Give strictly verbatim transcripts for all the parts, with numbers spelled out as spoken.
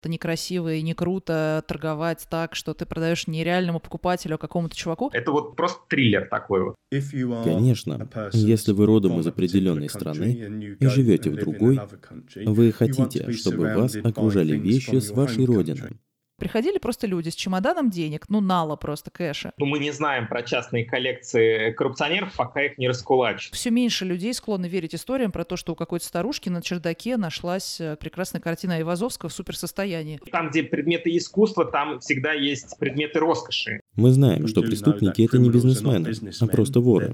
Это некрасиво и не круто торговать так, что ты продаешь не реальному покупателю, а какому-то чуваку. Это вот просто триллер такой вот. Конечно, если вы родом из определенной страны и живете в другой, вы хотите, чтобы вас окружали вещи с вашей родины. Приходили просто люди с чемоданом денег, ну, нало просто кэша. Ну, мы не знаем про частные коллекции коррупционеров, пока их не раскулачат. Все меньше людей склонны верить историям про то, что у какой-то старушки на чердаке нашлась прекрасная картина Айвазовского в суперсостоянии. Там, где предметы искусства, там всегда есть предметы роскоши. Мы знаем, что преступники — это не бизнесмены, а просто воры.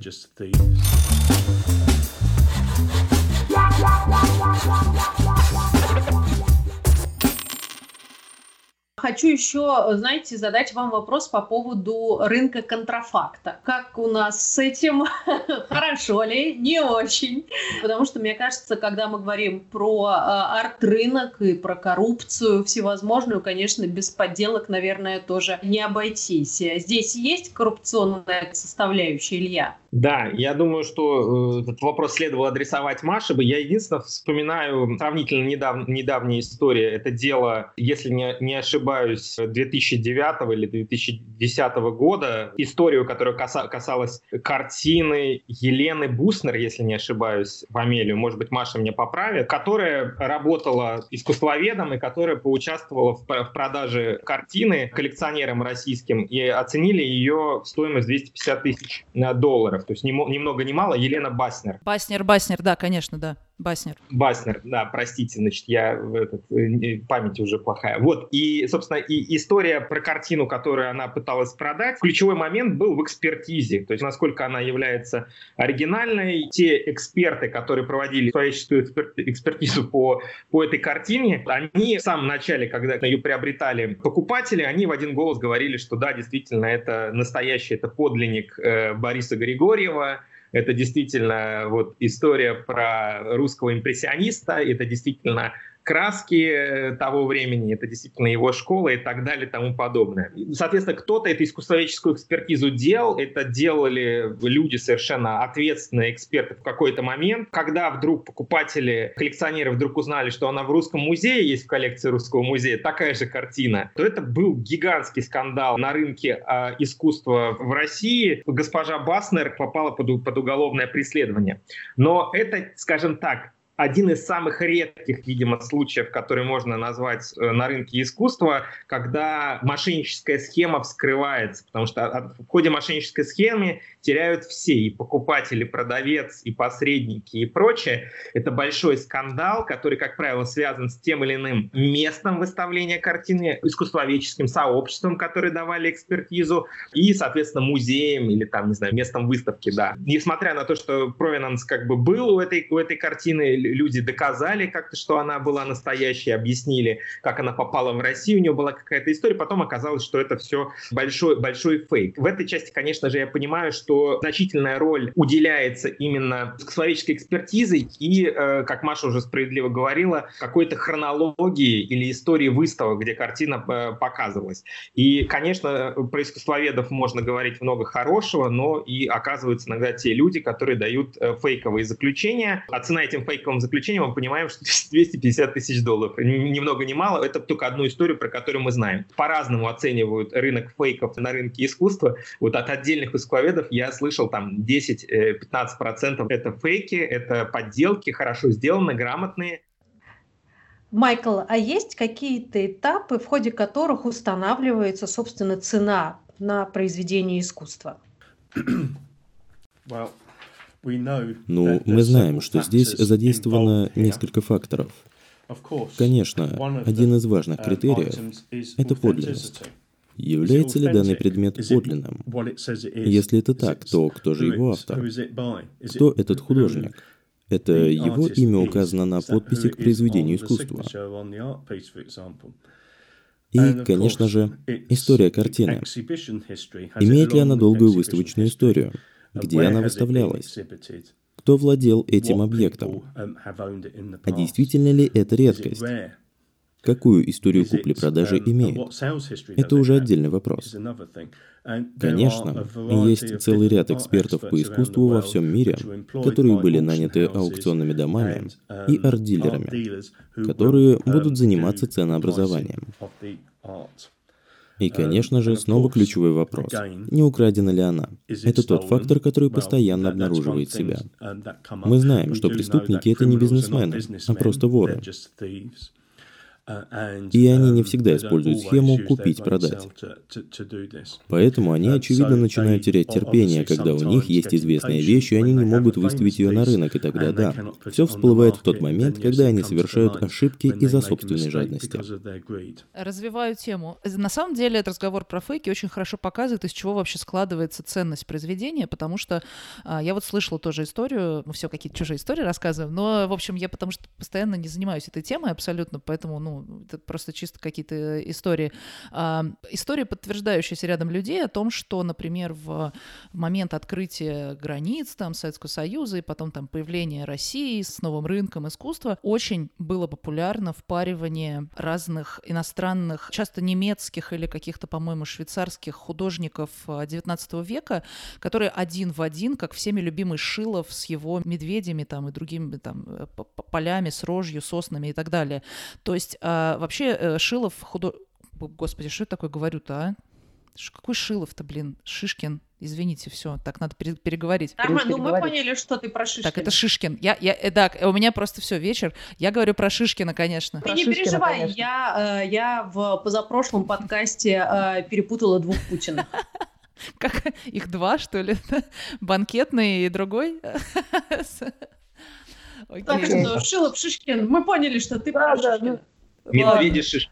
Хочу еще, знаете, задать вам вопрос по поводу рынка контрафакта. Как у нас с этим? Хорошо ли? Не очень. Потому что, мне кажется, когда мы говорим про арт-рынок и про коррупцию всевозможную, конечно, без подделок, наверное, тоже не обойтись. Здесь есть коррупционная составляющая, Илья? Да, я думаю, что э, этот вопрос следовало адресовать Маше бы. Я единственное вспоминаю сравнительно недав... недавняя история. Это дело, если не, не ошибаюсь, две тысячи девятого или две тысячи десятого года. Историю, которая каса... касалась картины Елены Буснер, если не ошибаюсь, фамилию, может быть, Маша меня поправит, которая работала искусствоведом и которая поучаствовала в, в продаже картины коллекционерам российским и оценили ее в стоимость двести пятьдесят тысяч долларов. То есть ни, ни много ни мало. Елена Баснер. Баснер, Баснер, да, конечно, да. Баснер. Баснер, да, простите, значит, я этот, память уже плохая. Вот, и, собственно, и история про картину, которую она пыталась продать, ключевой момент был в экспертизе, то есть насколько она является оригинальной. Те эксперты, которые проводили человеческую экспертизу по, по этой картине, они в самом начале, когда ее приобретали покупатели, они в один голос говорили, что да, действительно, это настоящий, это подлинник э, Бориса Григорьева. Это действительно вот история про русского импрессиониста, это действительно краски того времени, это действительно его школа и так далее и тому подобное. Соответственно, кто-то эту искусствоведческую экспертизу делал, это делали люди совершенно ответственные эксперты в какой-то момент. Когда вдруг покупатели, коллекционеры вдруг узнали, что она в Русском музее есть, в коллекции Русского музея, такая же картина, то это был гигантский скандал на рынке э, искусства в России. Госпожа Баснер попала под, под уголовное преследование. Но это, скажем так, один из самых редких, видимо, случаев, которые можно назвать на рынке искусства, когда мошенническая схема вскрывается, потому что в ходе мошеннической схемы теряют все, и покупатель, и продавец, и посредники, и прочее. Это большой скандал, который, как правило, связан с тем или иным местом выставления картины, искусствоведческим сообществом, которые давали экспертизу, и, соответственно, музеем или, там, не знаю, местом выставки, да. Несмотря на то, что провинанс как бы был у этой, у этой картины, люди доказали как-то, что она была настоящей, объяснили, как она попала в Россию, у нее была какая-то история, потом оказалось, что это все большой, большой фейк. В этой части, конечно же, я понимаю, что значительная роль уделяется именно искусствоведческой экспертизе и, э, как Маша уже справедливо говорила, какой-то хронологии или истории выставок, где картина э, показывалась. И, конечно, про искусствоведов можно говорить много хорошего, но и оказываются иногда те люди, которые дают э, фейковые заключения, а цена этим фейковым заключением мы понимаем, что двести пятьдесят тысяч долларов. Ни много ни мало. Это только одну историю, про которую мы знаем. По-разному оценивают рынок фейков на рынке искусства. Вот от отдельных искусствоведов я слышал там десять-пятнадцать процентов это фейки, это подделки, хорошо сделаны, грамотные. Майкл, а есть какие-то этапы, в ходе которых устанавливается, собственно, цена на произведение искусства? Well, Ну, мы знаем, что здесь задействовано несколько факторов. Конечно, один из важных критериев – это подлинность. Является ли данный предмет подлинным? Если это так, то кто же его автор? Кто этот художник? Это его имя указано на подписи к произведению искусства. И, конечно же, история картины. Имеет ли она долгую выставочную историю? Где она выставлялась? Кто владел этим объектом? А действительно ли это редкость? какую историю купли-продажи имеет. Это уже отдельный вопрос. Конечно, есть целый ряд экспертов по искусству во всем мире, которые были наняты аукционными домами и арт-дилерами, которые будут заниматься ценообразованием. И, конечно же, снова ключевой вопрос. Не украдена ли она? Это тот фактор, который постоянно обнаруживает себя. Мы знаем, что преступники — это не бизнесмены, а просто воры. И они не всегда используют схему «купить-продать». Поэтому они, очевидно, начинают терять терпение, когда у них есть известная вещь, и они не могут выставить ее на рынок, и тогда да, все всплывает в тот момент, когда они совершают ошибки из-за собственной жадности. Развиваю тему. На самом деле, этот разговор про фейки очень хорошо показывает, из чего вообще складывается ценность произведения, потому что а, я вот слышала тоже историю, мы все какие-то чужие истории рассказываем, но, в общем, я потому что постоянно не занимаюсь этой темой абсолютно, поэтому, ну, это просто чисто какие-то истории. А, истории, подтверждающиеся рядом людей о том, что, например, в момент открытия границ там, Советского Союза и потом там появления России с новым рынком искусства очень было популярно впаривание разных иностранных, часто немецких или каких-то, по-моему, швейцарских художников девятнадцатого века, которые один в один, как всеми любимый Шилов с его медведями там, и другими там, полями с рожью, соснами и так далее. То есть а, вообще Шилов худо... Господи, что я такое говорю-то, а? Какой Шилов-то, блин? Шишкин. Извините, все, так надо переговорить. Нормально, ну мы поняли, что ты про Шишкина. Так, это Шишкин. Я, я, да, у меня просто все, вечер. Я говорю про Шишкина, конечно. Ты про не Шишкина, переживай, конечно. я, я в позапрошлом подкасте перепутала двух Путиных. Как их два, что ли? Банкетный и другой? Так что, Шилов, Шишкин, мы поняли, что ты про Шишкина. Медведи Шишкин.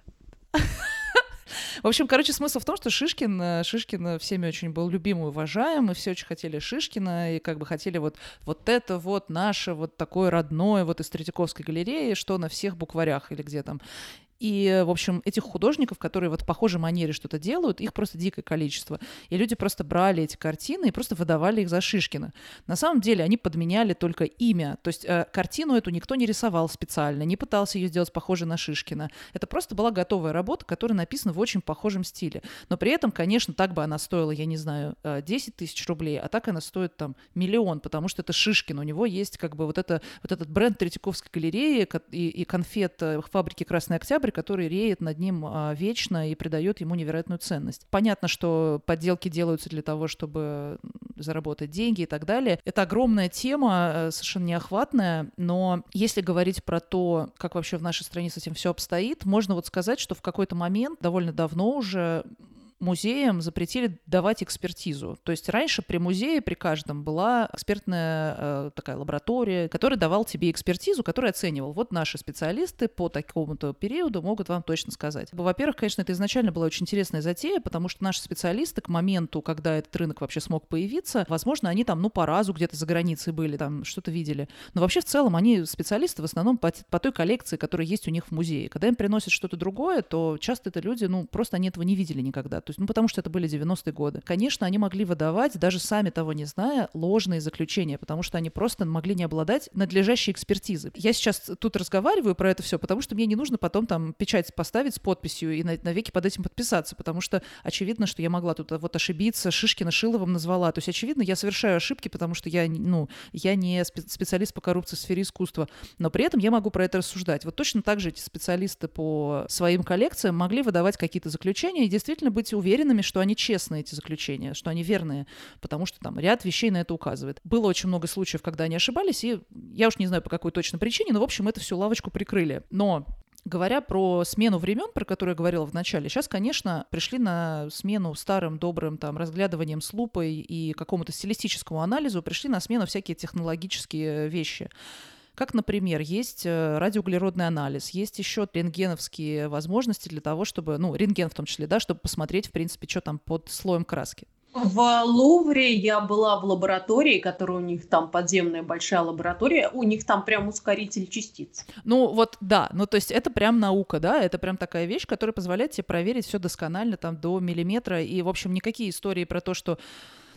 В общем, короче, смысл в том, что Шишкин, Шишкин всеми очень был любим и уважаем, и все очень хотели Шишкина, и как бы хотели вот, вот это вот наше, вот такое родное, вот из Третьяковской галереи, что на всех букварях или где там. И, в общем, этих художников, которые вот в похожей манере что-то делают, их просто дикое количество. И люди просто брали эти картины и просто выдавали их за Шишкина. На самом деле они подменяли только имя. То есть э, картину эту никто не рисовал специально, не пытался ее сделать похожей на Шишкина. Это просто была готовая работа, которая написана в очень похожем стиле. Но при этом, конечно, так бы она стоила, я не знаю, десять тысяч рублей, а так она стоит там миллион, потому что это Шишкин. У него есть как бы вот, это, вот этот бренд Третьяковской галереи и, и конфет фабрики «Красный Октябрь», который реет над ним а, вечно и придает ему невероятную ценность. Понятно, что подделки делаются для того, чтобы заработать деньги и так далее. Это огромная тема, совершенно неохватная, но если говорить про то, как вообще в нашей стране с этим все обстоит, можно вот сказать, что в какой-то момент, довольно давно уже, музеям запретили давать экспертизу. То есть раньше при музее, при каждом была экспертная э, такая лаборатория, которая давал тебе экспертизу, которая оценивал. Вот наши специалисты по такому-то периоду могут вам точно сказать. Во-первых, конечно, это изначально была очень интересная затея, потому что наши специалисты к моменту, когда этот рынок вообще смог появиться, возможно, они там, ну, по разу где-то за границей были, там что-то видели. Но вообще в целом они специалисты в основном по, по той коллекции, которая есть у них в музее. Когда им приносят что-то другое, то часто это люди, ну, просто они этого не видели никогда. То есть, ну, потому что это были девяностые годы. Конечно, они могли выдавать, даже сами того не зная, ложные заключения, потому что они просто могли не обладать надлежащей экспертизой. Я сейчас тут разговариваю про это все, потому что мне не нужно потом там печать поставить с подписью и навеки под этим подписаться, потому что очевидно, что я могла тут вот ошибиться, Шишкина Шиловым назвала. То есть, очевидно, я совершаю ошибки, потому что я, ну, я не специалист по коррупции в сфере искусства, но при этом я могу про это рассуждать. Вот точно так же эти специалисты по своим коллекциям могли выдавать какие-то заключения и действительно быть уверенными, что они честные, эти заключения, что они верные, потому что там ряд вещей на это указывает. Было очень много случаев, когда они ошибались, и я уж не знаю, по какой точно причине, но, в общем, это всю лавочку прикрыли. Но говоря про смену времен, про которую я говорила в начале, сейчас, конечно, пришли на смену старым добрым там разглядыванием с лупой и какому-то стилистическому анализу, пришли на смену всякие технологические вещи. Как, например, есть радиоуглеродный анализ, есть еще рентгеновские возможности для того, чтобы, ну, рентген в том числе, да, чтобы посмотреть, в принципе, что там под слоем краски. В Лувре я была в лаборатории, которая у них там подземная большая лаборатория, у них там прям ускоритель частиц. Ну вот да, ну то есть это прям наука, да, это прям такая вещь, которая позволяет тебе проверить все досконально там до миллиметра, и в общем никакие истории про то, что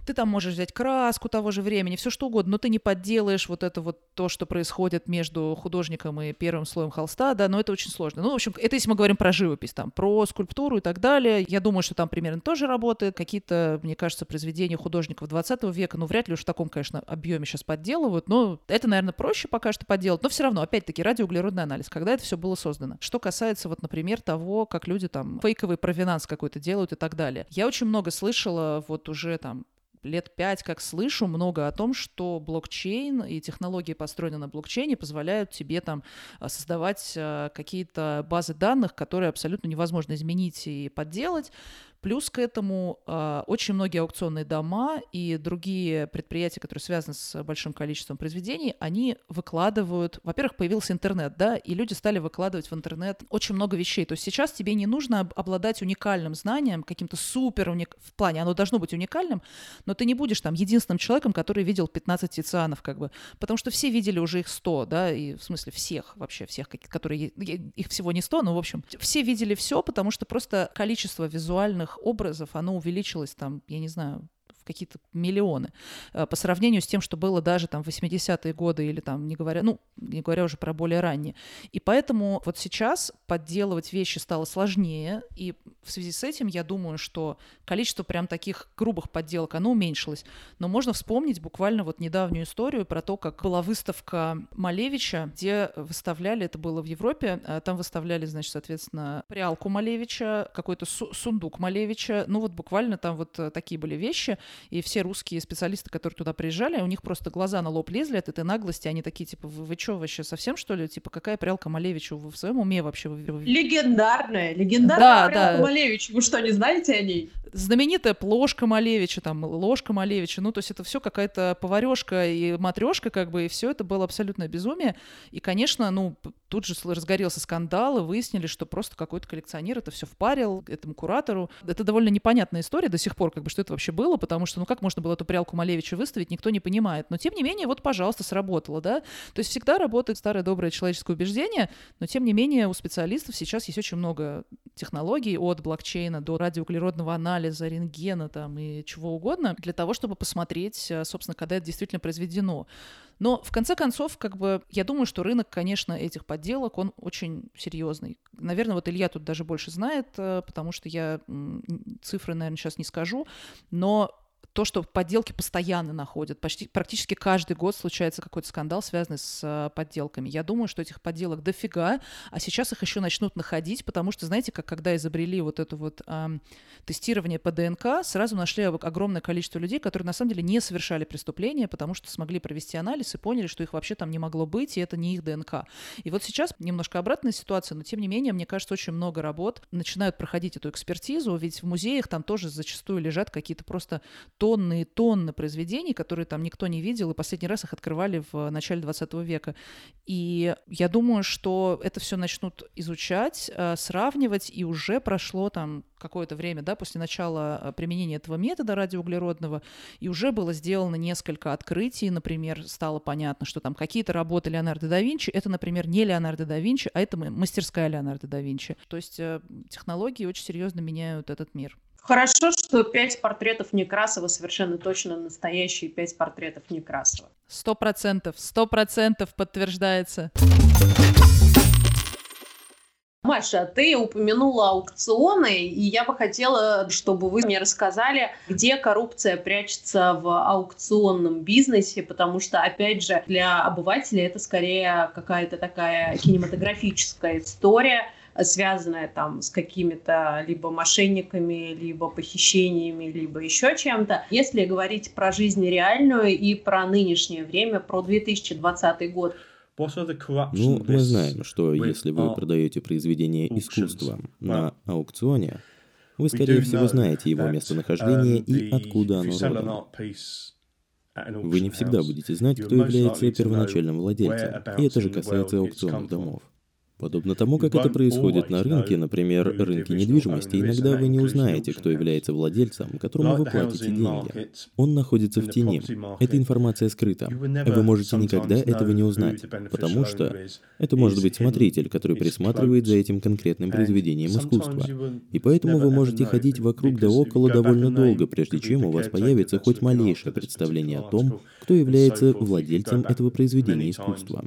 Ты там можешь взять краску того же времени, все что угодно, но ты не подделаешь вот это вот то, что происходит между художником и первым слоем холста, да, но это очень сложно. Ну, в общем, это если мы говорим про живопись, там, про скульптуру и так далее. Я думаю, что там примерно тоже работает. Какие-то, мне кажется, произведения художников двадцатого века, ну, вряд ли уж в таком, конечно, объеме сейчас подделывают, но это, наверное, проще пока что подделать. Но все равно, опять-таки, радиоуглеродный анализ, когда это все было создано. Что касается, вот, например, того, как люди там фейковый провинанс какой-то делают и так далее. Я очень много слышала вот уже там лет пять, как слышу много о том, что блокчейн и технологии, построенные на блокчейне, позволяют тебе там создавать какие-то базы данных, которые абсолютно невозможно изменить и подделать. Плюс к этому э, очень многие аукционные дома и другие предприятия, которые связаны с большим количеством произведений, они выкладывают... Во-первых, появился интернет, да, и люди стали выкладывать в интернет очень много вещей. То есть сейчас тебе не нужно обладать уникальным знанием, каким-то супер уник... в плане, оно должно быть уникальным, но ты не будешь там единственным человеком, который видел пятнадцать Тицианов, как бы, потому что все видели уже их сто, да, и в смысле всех вообще, всех, которые... Их всего не сто, но, в общем, все видели все, потому что просто количество визуальных образов, оно увеличилось там, я не знаю, в какие-то миллионы по сравнению с тем, что было даже там в восьмидесятые годы или там, не говоря, ну, не говоря уже про более ранние. И поэтому вот сейчас подделывать вещи стало сложнее, и в связи с этим я думаю, что количество прям таких грубых подделок, оно уменьшилось. Но можно вспомнить буквально вот недавнюю историю про то, как была выставка Малевича, где выставляли, это было в Европе, там выставляли, значит, соответственно, прялку Малевича, какой-то су- сундук Малевича, ну вот буквально там вот такие были вещи, и все русские специалисты, которые туда приезжали, у них просто глаза на лоб лезли от этой наглости, они такие, типа, вы, вы что вообще совсем, что ли? Типа, какая прялка Малевича? Вы в своем уме вообще? Легендарная, легендарная да, прялка да. Малевича. Вы что, не знаете о ней? Знаменитая плошка Малевича, там, ложка Малевича, ну, то есть это все какая-то поварешка и матрешка, как бы, и все это было абсолютное безумие. И, конечно, ну, тут же разгорелся скандал, и выяснили, что просто какой-то коллекционер это все впарил этому куратору. Это довольно непонятная история до сих пор, как бы, что это вообще было, потому что, ну, как можно было эту прялку Малевича выставить, никто не понимает. Но, тем не менее, вот, пожалуйста, сработало, да. То есть всегда работает старое доброе человеческое убеждение, но, тем не менее, у специалистов сейчас есть очень много технологий, от блокчейна до радиоуглеродного анализа, рентгена там и чего угодно, для того, чтобы посмотреть, собственно, когда это действительно произведено. Но, в конце концов, как бы, я думаю, что рынок, конечно, этих подделок, он очень серьезный. Наверное, вот Илья тут даже больше знает, потому что я цифры, наверное, сейчас не скажу, но то, что подделки постоянно находят. Почти, практически каждый год случается какой-то скандал, связанный с а, подделками. Я думаю, что этих подделок дофига, а сейчас их еще начнут находить, потому что, знаете, как когда изобрели вот это вот а, тестирование по ДНК, сразу нашли огромное количество людей, которые на самом деле не совершали преступления, потому что смогли провести анализ и поняли, что их вообще там не могло быть, и это не их ДНК. И вот сейчас немножко обратная ситуация, но тем не менее, мне кажется, очень много работ начинают проходить эту экспертизу, ведь в музеях там тоже зачастую лежат какие-то просто тонны и тонны произведений, которые там никто не видел, и последний раз их открывали в начале двадцатого века. И я думаю, что это все начнут изучать, сравнивать, и уже прошло там какое-то время, да, после начала применения этого метода радиоуглеродного, и уже было сделано несколько открытий, например, стало понятно, что там какие-то работы Леонардо да Винчи, это, например, не Леонардо да Винчи, а это мастерская Леонардо да Винчи. То есть технологии очень серьезно меняют этот мир. Хорошо, что пять портретов Некрасова совершенно точно настоящие пять портретов Некрасова. Сто процентов, сто процентов подтверждается. Маша, ты упомянула аукционы, и я бы хотела, чтобы вы мне рассказали, где коррупция прячется в аукционном бизнесе, потому что, опять же, для обывателя это скорее какая-то такая кинематографическая история, связанная там с какими-то либо мошенниками, либо похищениями, либо еще чем-то. Если говорить про жизнь реальную и про нынешнее время, про две тысячи двадцатый год. Ну, мы знаем, что если вы продаете произведение искусства на аукционе, вы, скорее всего, знаете его местонахождение и откуда оно родом. Вы не всегда будете знать, кто является первоначальным владельцем, и это же касается аукционных домов. Подобно тому, как это происходит на рынке, например, рынке недвижимости, иногда вы не узнаете, кто является владельцем, которому вы платите деньги. Он находится в тени. Эта информация скрыта. Вы можете никогда этого не узнать, потому что это может быть смотритель, который присматривает за этим конкретным произведением искусства. И поэтому вы можете ходить вокруг да около довольно долго, прежде чем у вас появится хоть малейшее представление о том, кто является владельцем этого произведения искусства.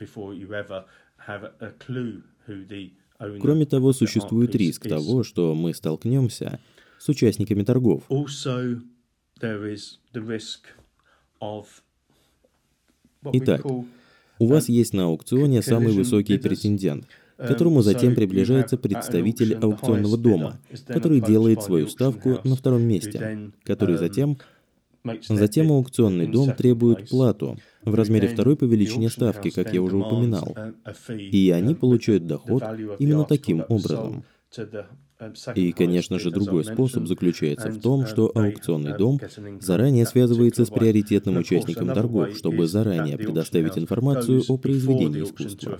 Кроме того, существует риск того, что мы столкнемся с участниками торгов. Итак, у вас есть на аукционе самый высокий претендент, к которому затем приближается представитель аукционного дома, который делает свою ставку на втором месте, который затем... Затем аукционный дом требует плату в размере второй по величине ставки, как я уже упоминал, и они получают доход именно таким образом. И, конечно же, другой способ заключается в том, что аукционный дом заранее связывается с приоритетным участником торгов, чтобы заранее предоставить информацию о произведении искусства.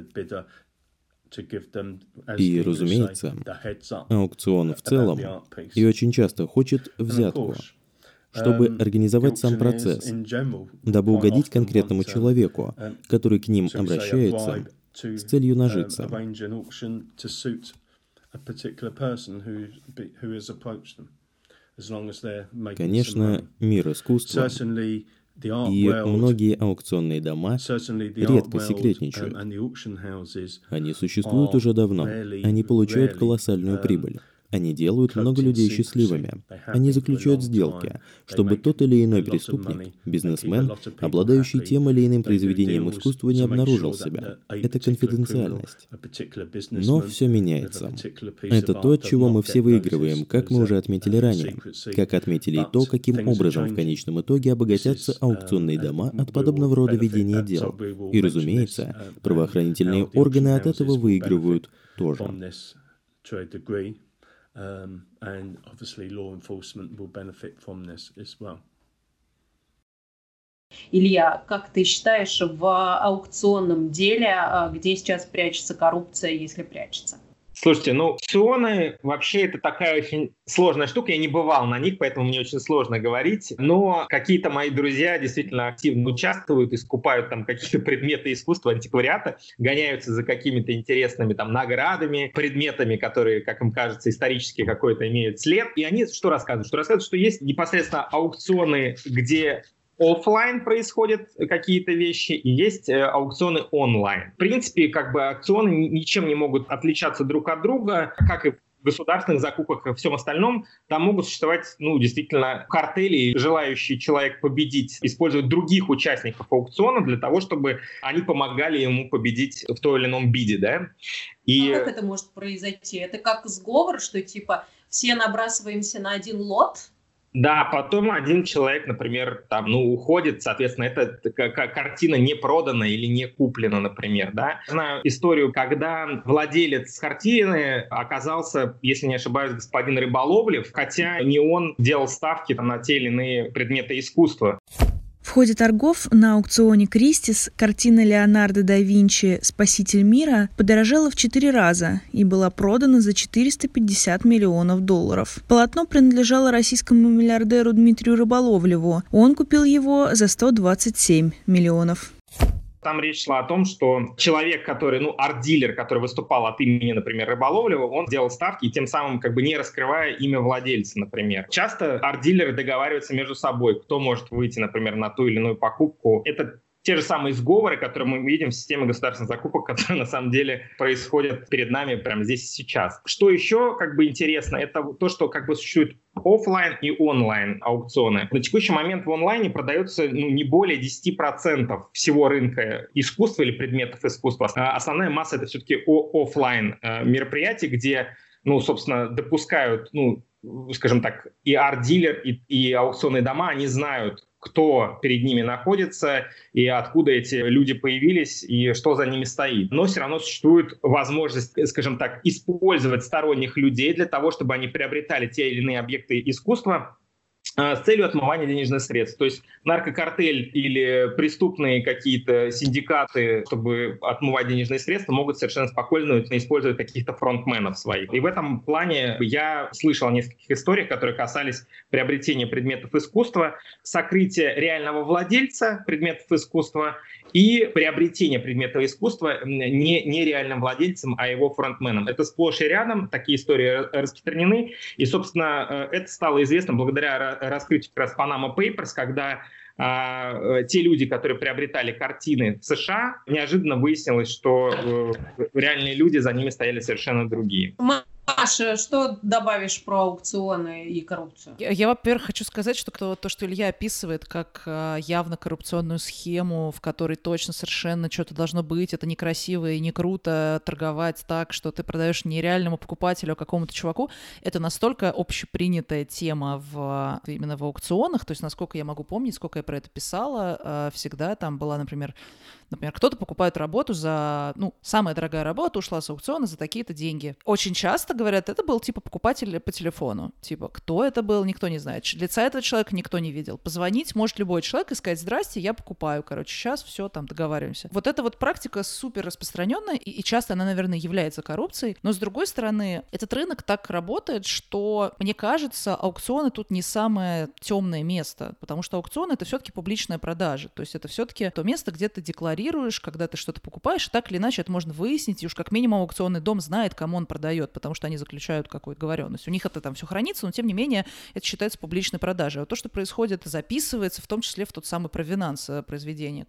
И, разумеется, аукцион в целом и очень часто хочет взятку, чтобы организовать сам процесс, дабы угодить конкретному человеку, который к ним обращается с целью нажиться. Конечно, мир искусства и многие аукционные дома редко секретничают. Они существуют уже давно, они получают колоссальную прибыль. Они делают много людей счастливыми. Они заключают сделки, чтобы тот или иной преступник, бизнесмен, обладающий тем или иным произведением искусства, не обнаружил себя. Это конфиденциальность. Но все меняется. Это то, от чего мы все выигрываем, как мы уже отметили ранее. Как отметили и то, каким образом в конечном итоге обогатятся аукционные дома от подобного рода ведения дел. И, разумеется, правоохранительные органы от этого выигрывают тоже. Um, and obviously law enforcement will benefit from this as well. Илья, как ты считаешь, в аукционном деле, где сейчас прячется коррупция, если прячется? Слушайте, ну, аукционы вообще это такая очень сложная штука, я не бывал на них, поэтому мне очень сложно говорить, но какие-то мои друзья действительно активно участвуют и скупают там какие-то предметы искусства, антиквариата, гоняются за какими-то интересными там наградами, предметами, которые, как им кажется, исторически какой-то имеют след, и они что рассказывают? Что рассказывают, что есть непосредственно аукционы, где офлайн происходят какие-то вещи, и есть э, аукционы онлайн. В принципе, как бы аукционы ничем не могут отличаться друг от друга, как и в государственных закупках и во всем остальном. Там могут существовать, ну, действительно, картели, желающий человек победить, использовать других участников аукциона для того, чтобы они помогали ему победить в том или ином биде, да. И... А как это может произойти? Это как сговор, что типа все набрасываемся на один лот? Да, потом один человек, например, там, ну, уходит, соответственно, эта картина не продана или не куплена, например, да. Знаю историю, когда владелец картины оказался, если не ошибаюсь, господин Рыболовлев, хотя не он делал ставки там, на те или иные предметы искусства. В ходе торгов на аукционе Кристис картина Леонардо да Винчи «Спаситель мира» подорожала в четыре раза и была продана за четыреста пятьдесят миллионов долларов. Полотно принадлежало российскому миллиардеру Дмитрию Рыболовлеву. Он купил его за сто двадцать семь миллионов. Там речь шла о том, что человек, который, ну, арт-дилер, который выступал от имени, например, Рыболовлева, он делал ставки, и тем самым как бы не раскрывая имя владельца, например. Часто арт-дилеры договариваются между собой, кто может выйти, например, на ту или иную покупку. Это те же самые сговоры, которые мы видим в системе государственных закупок, которые на самом деле происходят перед нами прямо здесь и сейчас. Что еще как бы интересно, это то, что как бы существует офлайн и онлайн аукционы. На текущий момент в онлайне продается ну, не более десять процентов всего рынка искусства или предметов искусства. А основная масса — это все-таки офлайн мероприятия, где, ну, собственно, допускают, ну, скажем так, и арт-дилер, и, и аукционные дома, они знают, кто перед ними находится и откуда эти люди появились и что за ними стоит. Но все равно существует возможность, скажем так, использовать сторонних людей для того, чтобы они приобретали те или иные объекты искусства с целью отмывания денежных средств. То есть наркокартель или преступные какие-то синдикаты, чтобы отмывать денежные средства, могут совершенно спокойно использовать каких-то фронтменов своих. И в этом плане я слышал о нескольких историях, которые касались приобретения предметов искусства, сокрытия реального владельца предметов искусства и приобретения предмета искусства не, не реальным владельцем, а его фронтменом. Это сплошь и рядом, такие истории распространены. И, собственно, это стало известно благодаря раскрытию как раз Panama Papers, когда а, те люди, которые приобретали картины в США, неожиданно выяснилось, что э, реальные люди за ними стояли совершенно другие. Маша, что добавишь про аукционы и коррупцию? Я, я во-первых, хочу сказать, что то, то, что Илья описывает как а, явно коррупционную схему, в которой точно совершенно что-то должно быть, это некрасиво и не круто торговать так, что ты продаешь не реальному покупателю, а какому-то чуваку, это настолько общепринятая тема в, именно в аукционах, то есть, насколько я могу помнить, сколько я про это писала, а, всегда там была, например, Например, кто-то покупает работу за... Ну, самая дорогая работа ушла с аукциона за такие-то деньги. Очень часто говорят, это был типа покупатель по телефону. Типа, кто это был, никто не знает. Лица этого человека никто не видел. Позвонить может любой человек и сказать, здрасте, я покупаю, короче, сейчас все, там, договариваемся. Вот эта вот практика супер распространенная, и, и часто она, наверное, является коррупцией. Но, с другой стороны, этот рынок так работает, что, мне кажется, аукционы тут не самое темное место, потому что аукцион — это все-таки публичная продажа. То есть это все-таки то место, где ты декларируешь, когда ты что-то покупаешь, и так или иначе это можно выяснить, и уж как минимум аукционный дом знает, кому он продает, потому что они заключают какую-то договоренность. У них это там все хранится, но тем не менее это считается публичной продажей. А то, что происходит, записывается, в том числе в тот самый провинанс произведения.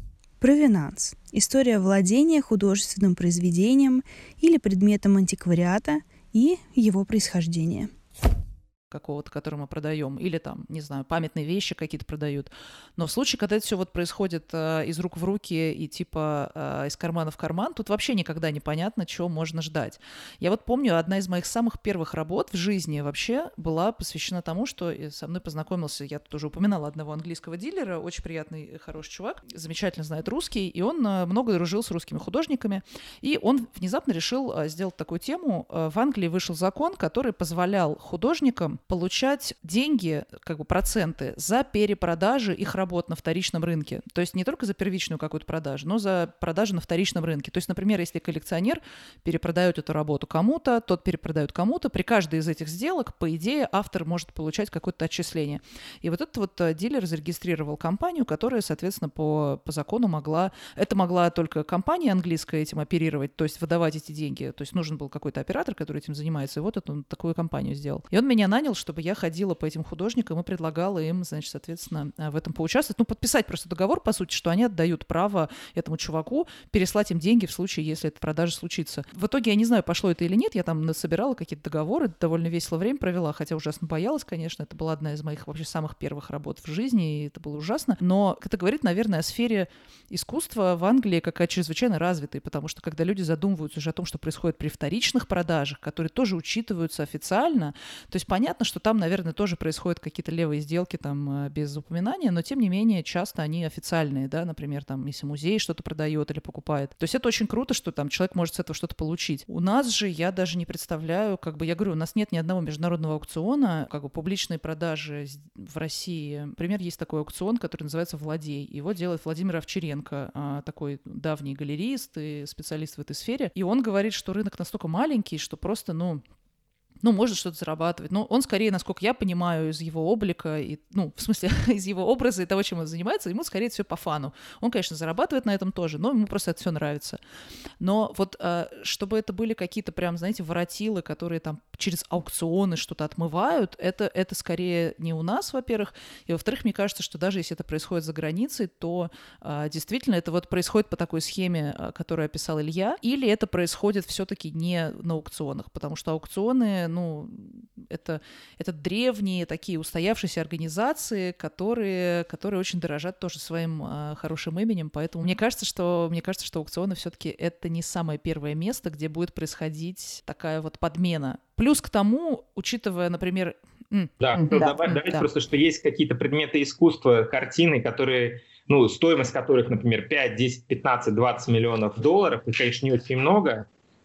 Провинанс – история владения художественным произведением или предметом антиквариата и его происхождения. Какого-то, который мы продаем, или там, не знаю, памятные вещи какие-то продают. Но в случае, когда это все вот происходит э, из рук в руки и типа э, из кармана в карман, тут вообще никогда непонятно, чего можно ждать. Я вот помню, одна из моих самых первых работ в жизни вообще была посвящена тому, что со мной познакомился, я тут уже упоминала одного английского дилера, очень приятный, хороший чувак, замечательно знает русский, и он э, много дружил с русскими художниками, и он внезапно решил э, сделать такую тему. Э, в Англии вышел закон, который позволял художникам получать деньги, как бы проценты, за перепродажи их работ на вторичном рынке. То есть не только за первичную какую-то продажу, но за продажу на вторичном рынке. То есть, например, если коллекционер перепродает эту работу кому-то, тот перепродает кому-то, при каждой из этих сделок, по идее, автор может получать какое-то отчисление. И вот этот вот дилер зарегистрировал компанию, которая, соответственно, по, по закону могла... Это могла только компания английская этим оперировать, то есть выдавать эти деньги. То есть нужен был какой-то оператор, который этим занимается, и вот это он такую компанию сделал. И он меня нанял, чтобы я ходила по этим художникам и предлагала им, значит, соответственно, в этом поучаствовать. Ну, подписать просто договор, по сути, что они отдают право этому чуваку переслать им деньги в случае, если эта продажа случится. В итоге, я не знаю, пошло это или нет, я там насобирала какие-то договоры, довольно весело время провела, хотя ужасно боялась, конечно, это была одна из моих вообще самых первых работ в жизни, и это было ужасно. Но это говорит, наверное, о сфере искусства в Англии как о чрезвычайно развитой, потому что когда люди задумываются уже о том, что происходит при вторичных продажах, которые тоже учитываются официально, то есть понятно, что там, наверное, тоже происходят какие-то левые сделки там без упоминания, но тем не менее часто они официальные, да, например, там, если музей что-то продает или покупает. То есть это очень круто, что там человек может с этого что-то получить. У нас же я даже не представляю, как бы, я говорю, у нас нет ни одного международного аукциона, как бы публичные продажи в России. Например, есть такой аукцион, который называется «Владей». Его делает Владимир Овчаренко, такой давний галерист и специалист в этой сфере. И он говорит, что рынок настолько маленький, что просто, ну, ну, может что-то зарабатывать. Но он скорее, насколько я понимаю, из его облика, и, ну, в смысле, из его образа и того, чем он занимается, ему скорее все по фану. Он, конечно, зарабатывает на этом тоже, но ему просто это все нравится. Но вот чтобы это были какие-то прям, знаете, воротилы, которые там через аукционы что-то отмывают, это, это скорее не у нас, во-первых. И, во-вторых, мне кажется, что даже если это происходит за границей, то а, действительно это вот происходит по такой схеме, которую описал Илья, или это происходит все-таки не на аукционах, потому что аукционы, ну, это, это древние такие устоявшиеся организации, которые, которые очень дорожат тоже своим а, хорошим именем, поэтому мне кажется, что, мне кажется, что аукционы все-таки это не самое первое место, где будет происходить такая вот подмена. Плюс к тому, учитывая, например... Да, да, добавить, добавить да. просто, что есть какие-то предметы искусства, картины, которые, ну, стоимость которых, например, пять, десять, пятнадцать, двадцать миллионов долларов, это, конечно, не очень много,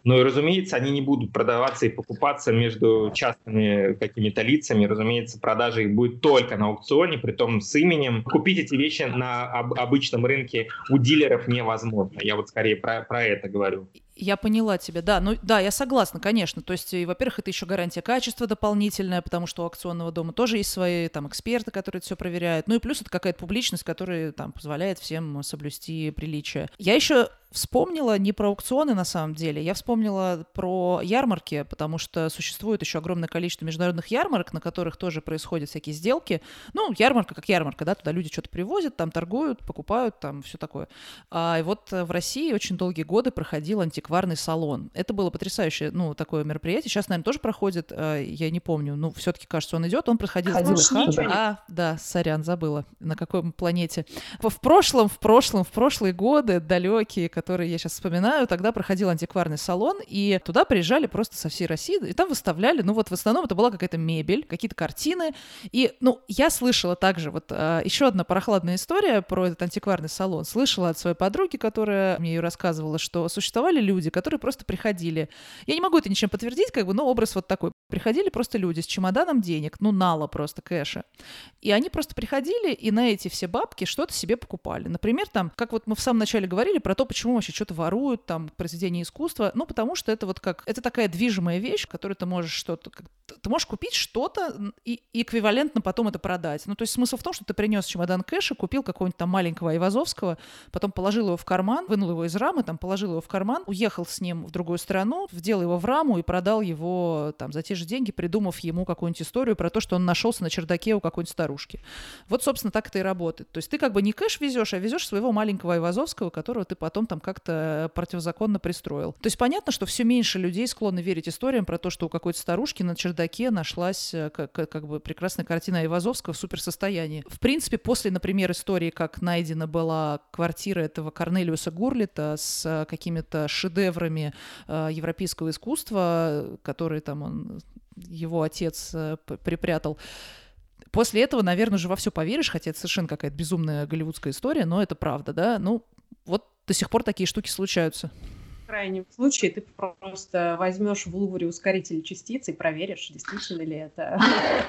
Но, разумеется, они не будут продаваться и покупаться между частными какими-то лицами. Разумеется, продажа их будет только на аукционе, притом с именем. Купить эти вещи на об- обычном рынке у дилеров невозможно. Я вот скорее про, про это говорю. Я поняла тебя, да, ну да, я согласна, конечно, то есть, и, во-первых, это еще гарантия качества дополнительная, потому что у аукционного дома тоже есть свои там эксперты, которые это все проверяют, ну и плюс это какая-то публичность, которая там позволяет всем соблюсти приличие. Я еще вспомнила не про аукционы на самом деле, я вспомнила про ярмарки, потому что существует еще огромное количество международных ярмарок, на которых тоже происходят всякие сделки. Ну, ярмарка как ярмарка, да, туда люди что-то привозят, там торгуют, покупают, там все такое. А, и вот в России очень долгие годы проходил антикварный салон. Это было потрясающее, ну, такое мероприятие. Сейчас, наверное, тоже проходит, я не помню, ну, все-таки, кажется, он идет, он проходил в ЦСКА. А, да, сорян, забыла, на какой планете. В прошлом, в прошлом, в прошлые годы, далекие, которые я сейчас вспоминаю, тогда проходил антикварный салон, и туда приезжали просто со всей России, и там выставляли, ну, вот в основном это была какая-то мебель, какие-то картины, и, ну, я слышала также, вот, еще одна прохладная история про этот антикварный салон. Слышала от своей подруги, которая мне ее рассказывала, что существовали люди, которые просто приходили. Я не могу это ничем подтвердить, как бы, но образ вот такой. Приходили просто люди с чемоданом денег, ну, нало просто кэша. И они просто приходили и на эти все бабки что-то себе покупали. Например, там, как вот мы в самом начале говорили про то, почему вообще что-то воруют, там, произведения искусства. Ну, потому что это вот как... Это такая движимая вещь, которую ты можешь что-то... Ты можешь купить что-то и, и эквивалентно потом это продать. Ну, то есть смысл в том, что ты принес чемодан кэша, купил какого-нибудь там маленького Айвазовского, потом положил его в карман, вынул его из рамы, там, положил его в карман, уехал с ним в другую страну, вдел его в раму и продал его там за те же деньги, придумав ему какую-нибудь историю про то, что он нашелся на чердаке у какой-нибудь старушки. Вот, собственно, так это и работает. То есть ты как бы не кэш везешь, а везешь своего маленького Айвазовского, которого ты потом там как-то противозаконно пристроил. То есть понятно, что все меньше людей склонны верить историям про то, что у какой-то старушки на чердаке нашлась как, как бы прекрасная картина Айвазовского в суперсостоянии. В принципе, после, например, истории, как найдена была квартира этого Корнелиуса Гурлита с какими-то шедеврами э, европейского искусства, которые там он, его отец э, припрятал. После этого, наверное, уже во все поверишь, хотя это совершенно какая-то безумная голливудская история, но это правда, да? Ну, вот до сих пор такие штуки случаются. В крайнем случае ты просто возьмешь в Лувре ускоритель частиц и проверишь, действительно ли это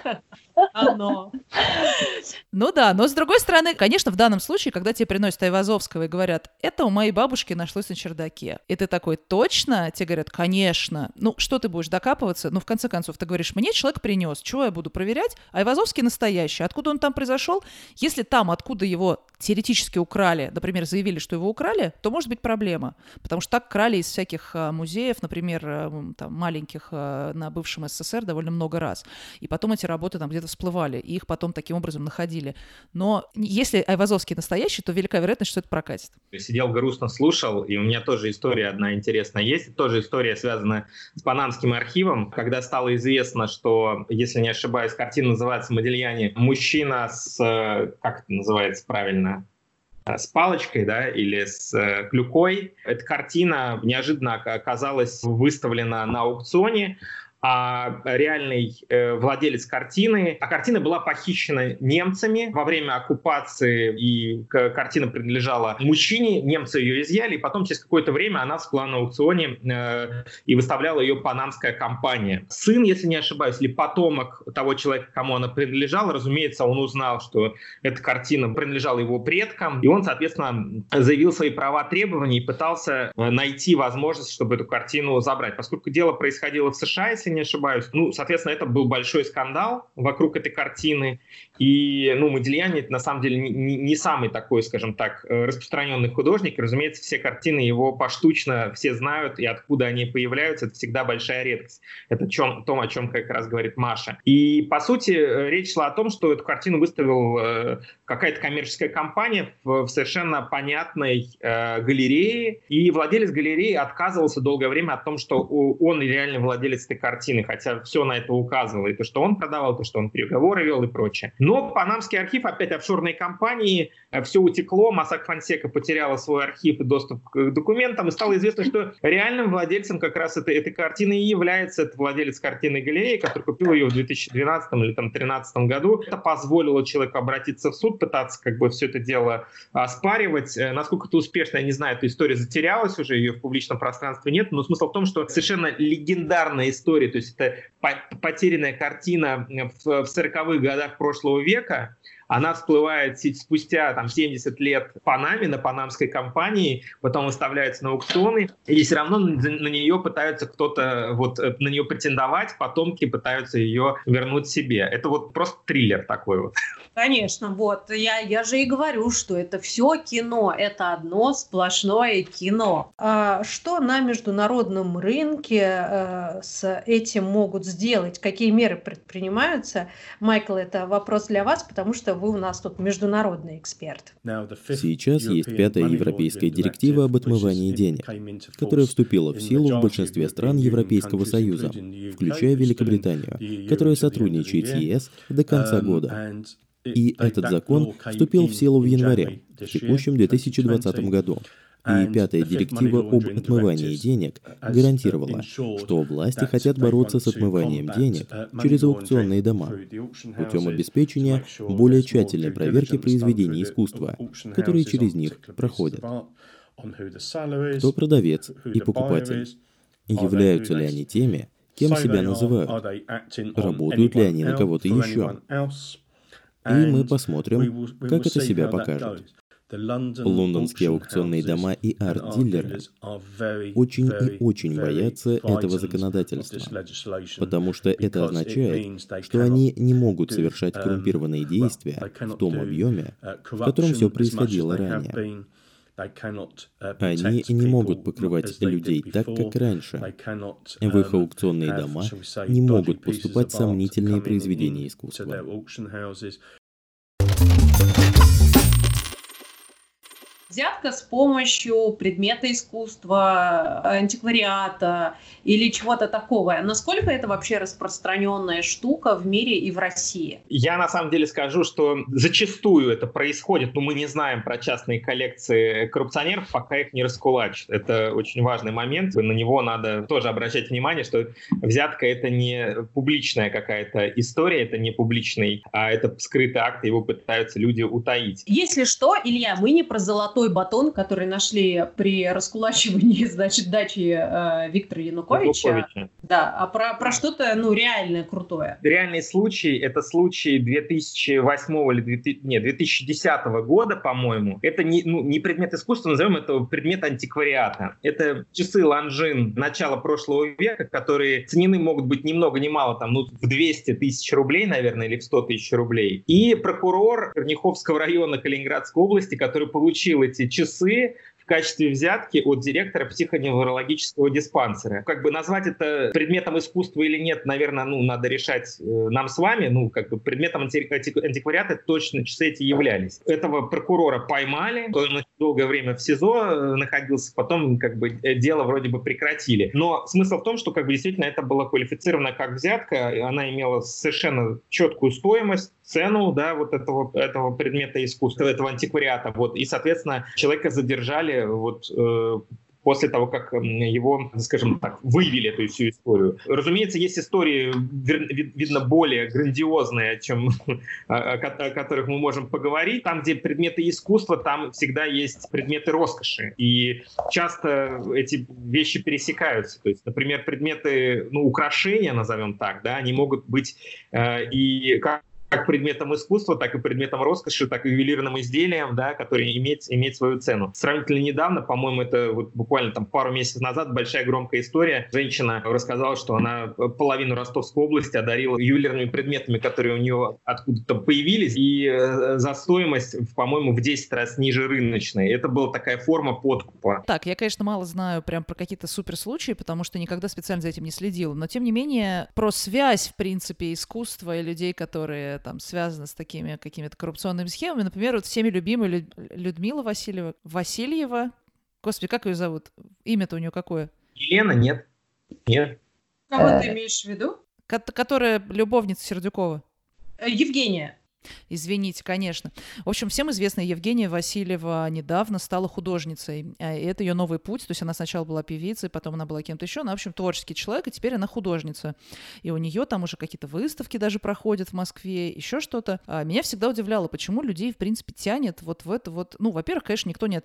оно. Ну да, но с другой стороны, конечно, в данном случае, когда тебе приносят Айвазовского и говорят, это у моей бабушки нашлось на чердаке, и ты такой, точно? Тебе говорят, конечно. Ну, что ты будешь докапываться? Ну, в конце концов, ты говоришь, мне человек принес, чего я буду проверять? Айвазовский настоящий. Откуда он там произошел? Если там, откуда его теоретически украли, например, заявили, что его украли, то может быть проблема, потому что так крали из всяких а, музеев, например, а, там, маленьких а, на бывшем СССР довольно много раз. И потом эти работы там где-то всплывали, и их потом таким образом находили. Но если Айвазовский настоящий, то велика вероятность, что это прокатит. Сидел грустно слушал, и у меня тоже история одна интересная есть. Это тоже история, связанная с Панамским архивом. Когда стало известно, что, если не ошибаюсь, картина называется «Модильяне», мужчина с, как это называется правильно, с палочкой, да, или с э, клюкой. Эта картина неожиданно оказалась выставлена на аукционе, а реальный э, владелец картины, а картина была похищена немцами во время оккупации, и к- картина принадлежала мужчине, немцы ее изъяли, и потом через какое-то время она всплыла на аукционе, э, и выставляла ее панамская компания. Сын, если не ошибаюсь, или потомок того человека, кому она принадлежала, разумеется, он узнал, что эта картина принадлежала его предкам, и он, соответственно, заявил свои права, требования и пытался найти возможность, чтобы эту картину забрать. Поскольку дело происходило в США, если не ошибаюсь. Ну, соответственно, это был большой скандал вокруг этой картины. И, ну, Модильяне, это на самом деле не, не самый такой, скажем так, распространенный художник. И, разумеется, все картины его поштучно все знают, и откуда они появляются, это всегда большая редкость. Это чем, том, о чем как раз говорит Маша. И, по сути, речь шла о том, что эту картину выставила э, какая-то коммерческая компания в, в совершенно понятной э, галерее. И владелец галереи отказывался долгое время от том, что он реальный владелец этой картины. картины, хотя все на это указывало, и то, что он продавал, то, что он переговоры вел и прочее. Но Панамский архив, опять офшорные компании, все утекло, Mossack Fonseca потеряла свой архив и доступ к документам, и стало известно, что реальным владельцем как раз этой, этой картины и является это владелец картины галереи, который купил ее в две тысячи двенадцатом или там, две тысячи тринадцатом году. Это позволило человеку обратиться в суд, пытаться как бы все это дело оспаривать. Насколько это успешно, я не знаю, эта история затерялась уже, ее в публичном пространстве нет, но смысл в том, что совершенно легендарная история, то есть это потерянная картина в сороковых годах прошлого века, она всплывает спустя там, семьдесят лет в Панаме, на панамской компании, потом выставляется на аукционы, и все равно на, на нее пытаются кто-то вот, на нее претендовать, потомки пытаются ее вернуть себе. Это вот просто триллер такой вот. Конечно, вот. Я, я же и говорю, что это все кино, это одно сплошное кино. А что на международном рынке а, с этим могут сделать? Какие меры предпринимаются? Майкл, это вопрос для вас, потому что вы у нас тут международный эксперт. Сейчас есть пятая европейская директива об отмывании денег, которая вступила в силу в большинстве стран Европейского Союза, включая Великобританию, которая сотрудничает с ЕС до конца года. И этот закон вступил в силу в январе, в текущем две тысячи двадцатом году. И пятая директива об отмывании денег гарантировала, что власти хотят бороться с отмыванием денег через аукционные дома путем обеспечения более тщательной проверки произведений искусства, которые через них проходят. Кто продавец и покупатель? Являются ли они теми, кем себя называют? Работают ли они на кого-то еще? И мы посмотрим, как это себя покажет. Лондонские аукционные дома и арт-дилеры очень и очень боятся этого законодательства, потому что это означает, что они не могут совершать коррумпированные действия в том объеме, в котором все происходило ранее. Они не могут покрывать людей так, как раньше. В их аукционные дома не могут поступать сомнительные произведения искусства. Взятка с помощью предмета искусства, антиквариата или чего-то такого. Насколько это вообще распространенная штука в мире и в России? Я на самом деле скажу, что зачастую это происходит, но мы не знаем про частные коллекции коррупционеров, пока их не раскулачат. Это очень важный момент. На него надо тоже обращать внимание, что взятка — это не публичная какая-то история, это не публичный, а это скрытый акт, его пытаются люди утаить. Если что, Илья, мы не про золотой батон, который нашли при раскулачивании, значит, дачи э, Виктора Януковича. Януковича. Да, а про, про что-то, ну, реальное, крутое. Реальный случай, это случай две тысячи восьмого или две тысячи десятого года, по-моему. Это не, ну, не предмет искусства, назовем это предмет антиквариата. Это часы Ланжин начала прошлого века, которые ценены могут быть ни много ни мало, там, ну, в двести тысяч рублей, наверное, или в сто тысяч рублей. И прокурор Черняховского района Калининградской области, который получил эти часы в качестве взятки от директора психоневрологического диспансера. Как бы назвать это предметом искусства или нет, наверное, ну, надо решать э, нам с вами. Ну, как бы предметом антиквариата точно часы эти являлись. Этого прокурора поймали, он долгое время в СИЗО находился, потом как бы дело вроде бы прекратили. Но смысл в том, что как бы действительно это было квалифицировано как взятка, она имела совершенно четкую стоимость, цену, да, вот этого, этого предмета искусства, этого антиквариата, вот, и, соответственно, человека задержали вот э, после того, как его, скажем так, выявили эту всю историю. Разумеется, есть истории, видно, более грандиозные, чем о которых мы можем поговорить. Там, где предметы искусства, там всегда есть предметы роскоши. И часто эти вещи пересекаются. То есть, например, предметы, ну, украшения, назовем так, да, они могут быть э, и как как предметом искусства, так и предметом роскоши, так и ювелирным изделием, да, которые имеют, имеют свою цену. Сравнительно недавно, по-моему, это вот буквально там пару месяцев назад, большая громкая история. Женщина рассказала, что она половину Ростовской области одарила ювелирными предметами, которые у нее откуда-то появились, и э, за стоимость, по-моему, в десять раз ниже рыночной. Это была такая форма подкупа. Так, я, конечно, мало знаю прям про какие-то суперслучаи, потому что никогда специально за этим не следила, но, тем не менее, про связь, в принципе, искусства и людей, которые там связаны с такими какими-то коррупционными схемами. Например, вот всеми любимая Люд... Людмила Васильева. Васильева. Господи, как ее зовут? Имя-то у нее какое? Елена? Нет. Нет. Кого ты имеешь в виду? Которая любовница Сердюкова. Евгения. Извините, конечно. В общем, всем известно, Евгения Васильева недавно стала художницей. И это ее новый путь. То есть она сначала была певицей, потом она была кем-то еще. Она, в общем, творческий человек, и теперь она художница. И у нее там уже какие-то выставки даже проходят в Москве, еще что-то. А меня всегда удивляло, почему людей, в принципе, тянет вот в это вот... Ну, во-первых, конечно, никто не, от...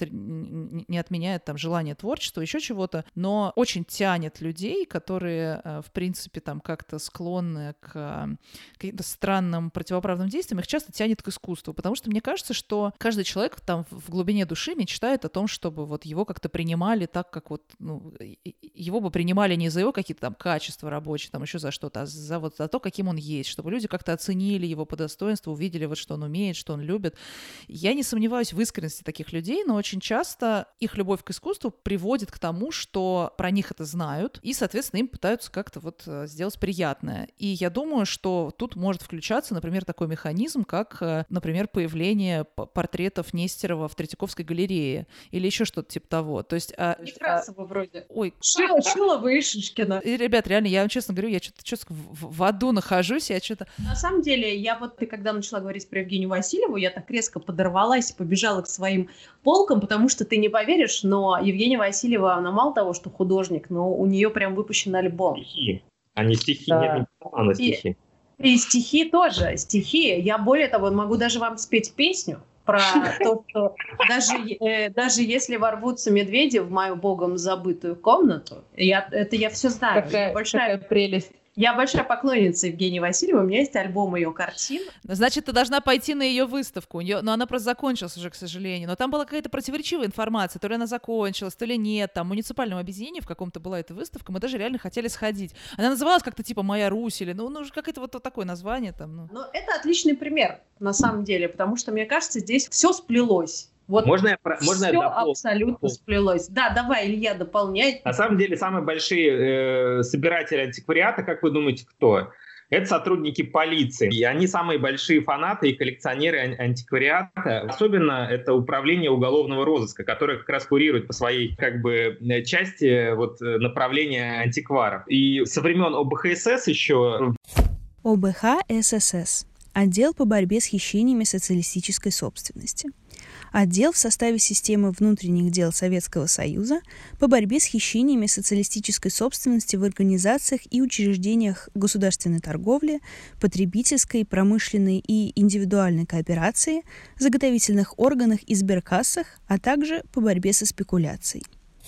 не отменяет там желание творчества, еще чего-то, но очень тянет людей, которые, в принципе, там как-то склонны к каким-то странным противоправным действиям, их часто тянет к искусству, потому что мне кажется, что каждый человек там в глубине души мечтает о том, чтобы вот его как-то принимали так, как вот, ну, его бы принимали не за его какие-то там качества рабочие, там еще за что-то, а за вот за то, каким он есть, чтобы люди как-то оценили его по достоинству, увидели вот, что он умеет, что он любит. Я не сомневаюсь в искренности таких людей, но очень часто их любовь к искусству приводит к тому, что про них это знают, и, соответственно, им пытаются как-то вот сделать приятное. И я думаю, что тут может включаться, например, такой механизм, как, например, появление портретов Нестерова в Третьяковской галерее или еще что-то типа того. То есть... Некрасова а... вроде. Ой. Шилова и Шишкина. И, ребят, реально, я вам честно говорю, я что-то, что-то в, в аду нахожусь, я что-то... На самом деле, я вот, ты когда начала говорить про Евгению Васильеву, я так резко подорвалась и побежала к своим полкам, потому что ты не поверишь, но Евгения Васильева, она мало того, что художник, но у нее прям выпущен альбом. Стихи. А не стихи, да. Нет, а на стихи. И... И стихи тоже, стихи. Я более того, могу даже вам спеть песню про то, что даже, э, даже если ворвутся медведи в мою богом забытую комнату, я, это я все знаю. Какая, большая какая прелесть. Я большая поклонница Евгении Васильевой, у меня есть альбом ее картин. Значит, ты должна пойти на ее выставку, но ну, она просто закончилась уже, к сожалению. Но там была какая-то противоречивая информация, то ли она закончилась, то ли нет. Там в муниципальном объединении в каком-то была эта выставка, мы даже реально хотели сходить. Она называлась как-то типа «Моя Русь» или, ну, ну какое-то вот такое название там. Ну. Но это отличный пример, на самом деле, потому что, мне кажется, здесь все сплелось. Вот можно я, можно все я дополню? Абсолютно сплелось. Да, давай, Илья, дополняй. На самом деле, самые большие э, собиратели антиквариата, как вы думаете, кто? Это сотрудники полиции. И они самые большие фанаты и коллекционеры антиквариата. Особенно это управление уголовного розыска, которое как раз курирует по своей как бы части вот, направления антикваров. И со времен О Бэ Ха Эс Эс еще... О Бэ Ха Эс Эс Эс. Отдел по борьбе с хищениями социалистической собственности. Отдел в составе системы внутренних дел Советского Союза по борьбе с хищениями социалистической собственности в организациях и учреждениях государственной торговли, потребительской, промышленной и индивидуальной кооперации, заготовительных органах и сберкассах, а также по борьбе со спекуляцией.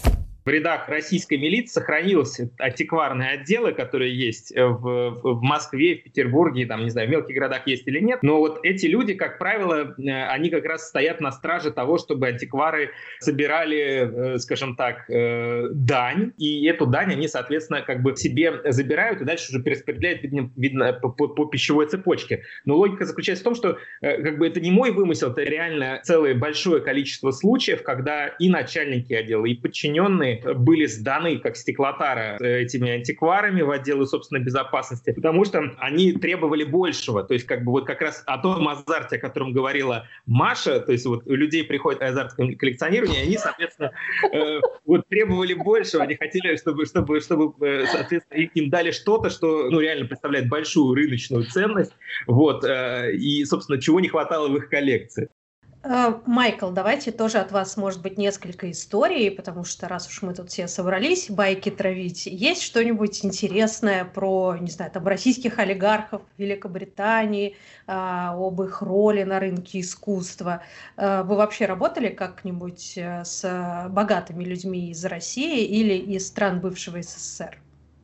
В рядах российской милиции сохранились антикварные отделы, которые есть в, в Москве, в Петербурге, там, не знаю, в мелких городах есть или нет. Но вот эти люди, как правило, они как раз стоят на страже того, чтобы антиквары собирали, скажем так, дань. И эту дань они, соответственно, как бы себе забирают и дальше уже перераспределяют, видно, видно по, по, по пищевой цепочке. Но логика заключается в том, что как бы это не мой вымысел, это реально целое большое количество случаев, когда и начальники отдела, и подчиненные были сданы как стеклотары этими антикварами в отделы собственной безопасности, потому что они требовали большего. То есть как бы вот как раз о том азарте, о котором говорила Маша, то есть вот у людей приходит азарт коллекционирования, и они, соответственно, э, вот требовали большего. Они хотели, чтобы, чтобы, чтобы соответственно, им дали что-то, что ну, реально представляет большую рыночную ценность. Вот, э, и, собственно, чего не хватало в их коллекции. Майкл, давайте тоже от вас, может быть, несколько историй, потому что раз уж мы тут все собрались байки травить, есть что-нибудь интересное про, не знаю, там, российских олигархов Великобритании, об их роли на рынке искусства? Вы вообще работали как-нибудь с богатыми людьми из России или из стран бывшего Эс Эс Эс Эр?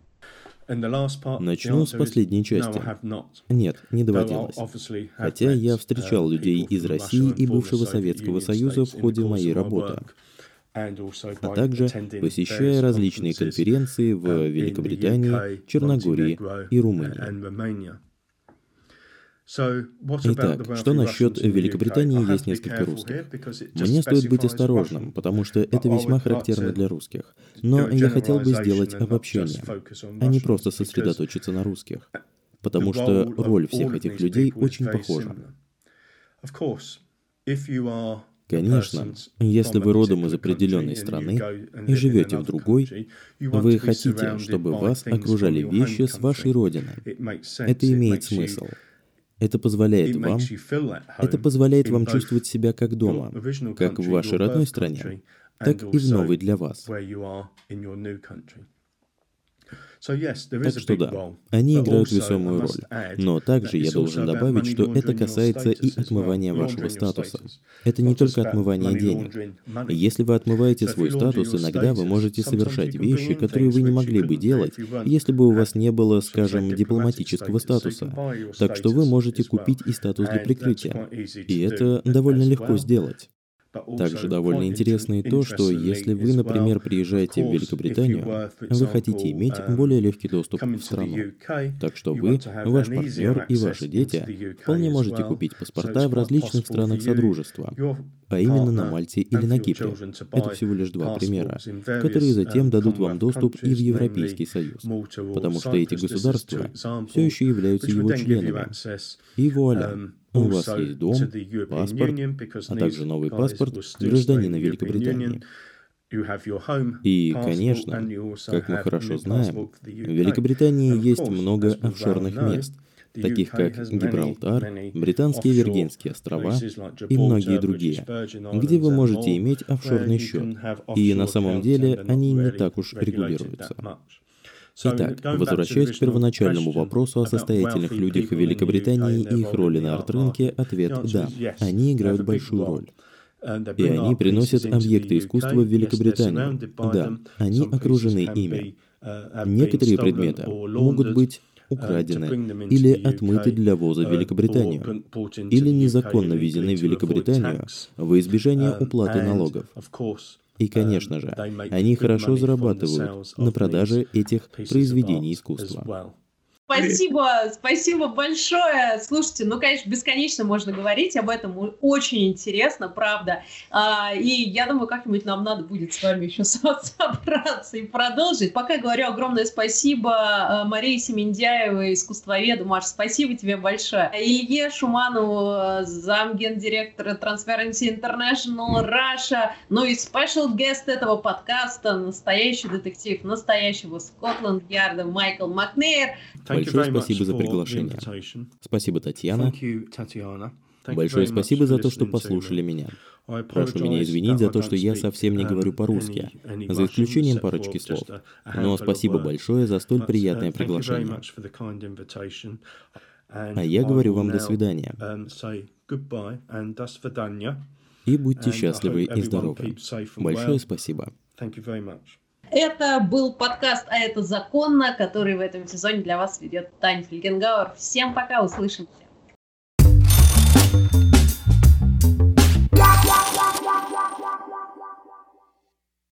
Начну с последней части. Нет, не доводилось. Хотя я встречал людей из России и бывшего Советского Союза в ходе моей работы, а также посещая различные конференции в Великобритании, Черногории и Румынии. Итак, что насчет Великобритании, есть несколько русских. Мне стоит быть осторожным, потому что это весьма характерно для русских. Но я хотел бы сделать обобщение, а не просто сосредоточиться на русских, потому что роль всех этих людей очень похожа. Конечно, если вы родом из определенной страны и живете в другой, вы хотите, чтобы вас окружали вещи с вашей родины. Это имеет смысл. Это позволяет вам, это позволяет вам чувствовать себя как дома, как в вашей родной стране, так и в новой для вас. Так что да, они играют весомую роль. Но также я должен добавить, что это касается и отмывания вашего статуса. Это не только отмывание денег. Если вы отмываете свой статус, иногда вы можете совершать вещи, которые вы не могли бы делать, если бы у вас не было, скажем, дипломатического статуса. Так что вы можете купить и статус для прикрытия. И это довольно легко сделать. Также довольно интересно и то, что если вы, например, приезжаете в Великобританию, вы хотите иметь более легкий доступ в страну. Так что вы, ваш партнер и ваши дети вполне можете купить паспорта в различных странах Содружества, а именно на Мальте или на Кипре. Это всего лишь два примера, которые затем дадут вам доступ и в Европейский Союз, потому что эти государства все еще являются его членами. И вуаля! У вас есть дом, паспорт, а также новый паспорт гражданина Великобритании. И, конечно, как мы хорошо знаем, в Великобритании есть много офшорных мест, таких как Гибралтар, Британские Виргинские острова и многие другие, где вы можете иметь офшорный счет, и на самом деле они не так уж регулируются. Итак, возвращаясь к первоначальному вопросу о состоятельных людях в Великобритании и их роли на арт-рынке, ответ – да, они играют большую роль. И они приносят объекты искусства в Великобританию. Да, они окружены ими. Некоторые предметы могут быть украдены или отмыты для ввоза в Великобританию, или незаконно ввезены в Великобританию во избежание уплаты налогов. И, конечно же, они хорошо зарабатывают на продаже этих произведений искусства. Спасибо, спасибо большое. Слушайте, ну, конечно, бесконечно можно говорить об этом, очень интересно, правда. И я думаю, как-нибудь нам надо будет с вами еще собраться и продолжить. Пока говорю огромное спасибо Марии Семендяевой, искусствоведу. Маша, спасибо тебе большое. Илье Шуманову, замгендиректора Transparency International Russia, ну и спешл гест этого подкаста, настоящий детектив настоящего Скотланд-Ярда Майкл Макнейр. Большое спасибо за приглашение. Спасибо, Татьяна. Большое спасибо за то, что послушали меня. Прошу меня извинить за то, что я совсем не говорю по-русски, за исключением парочки слов. Но спасибо большое за столь приятное приглашение. А я говорю вам до свидания. И будьте счастливы и здоровы. Большое спасибо. Это был подкаст «А это законно», который в этом сезоне для вас ведет Таня Фельгенгауэр. Всем пока, услышимся.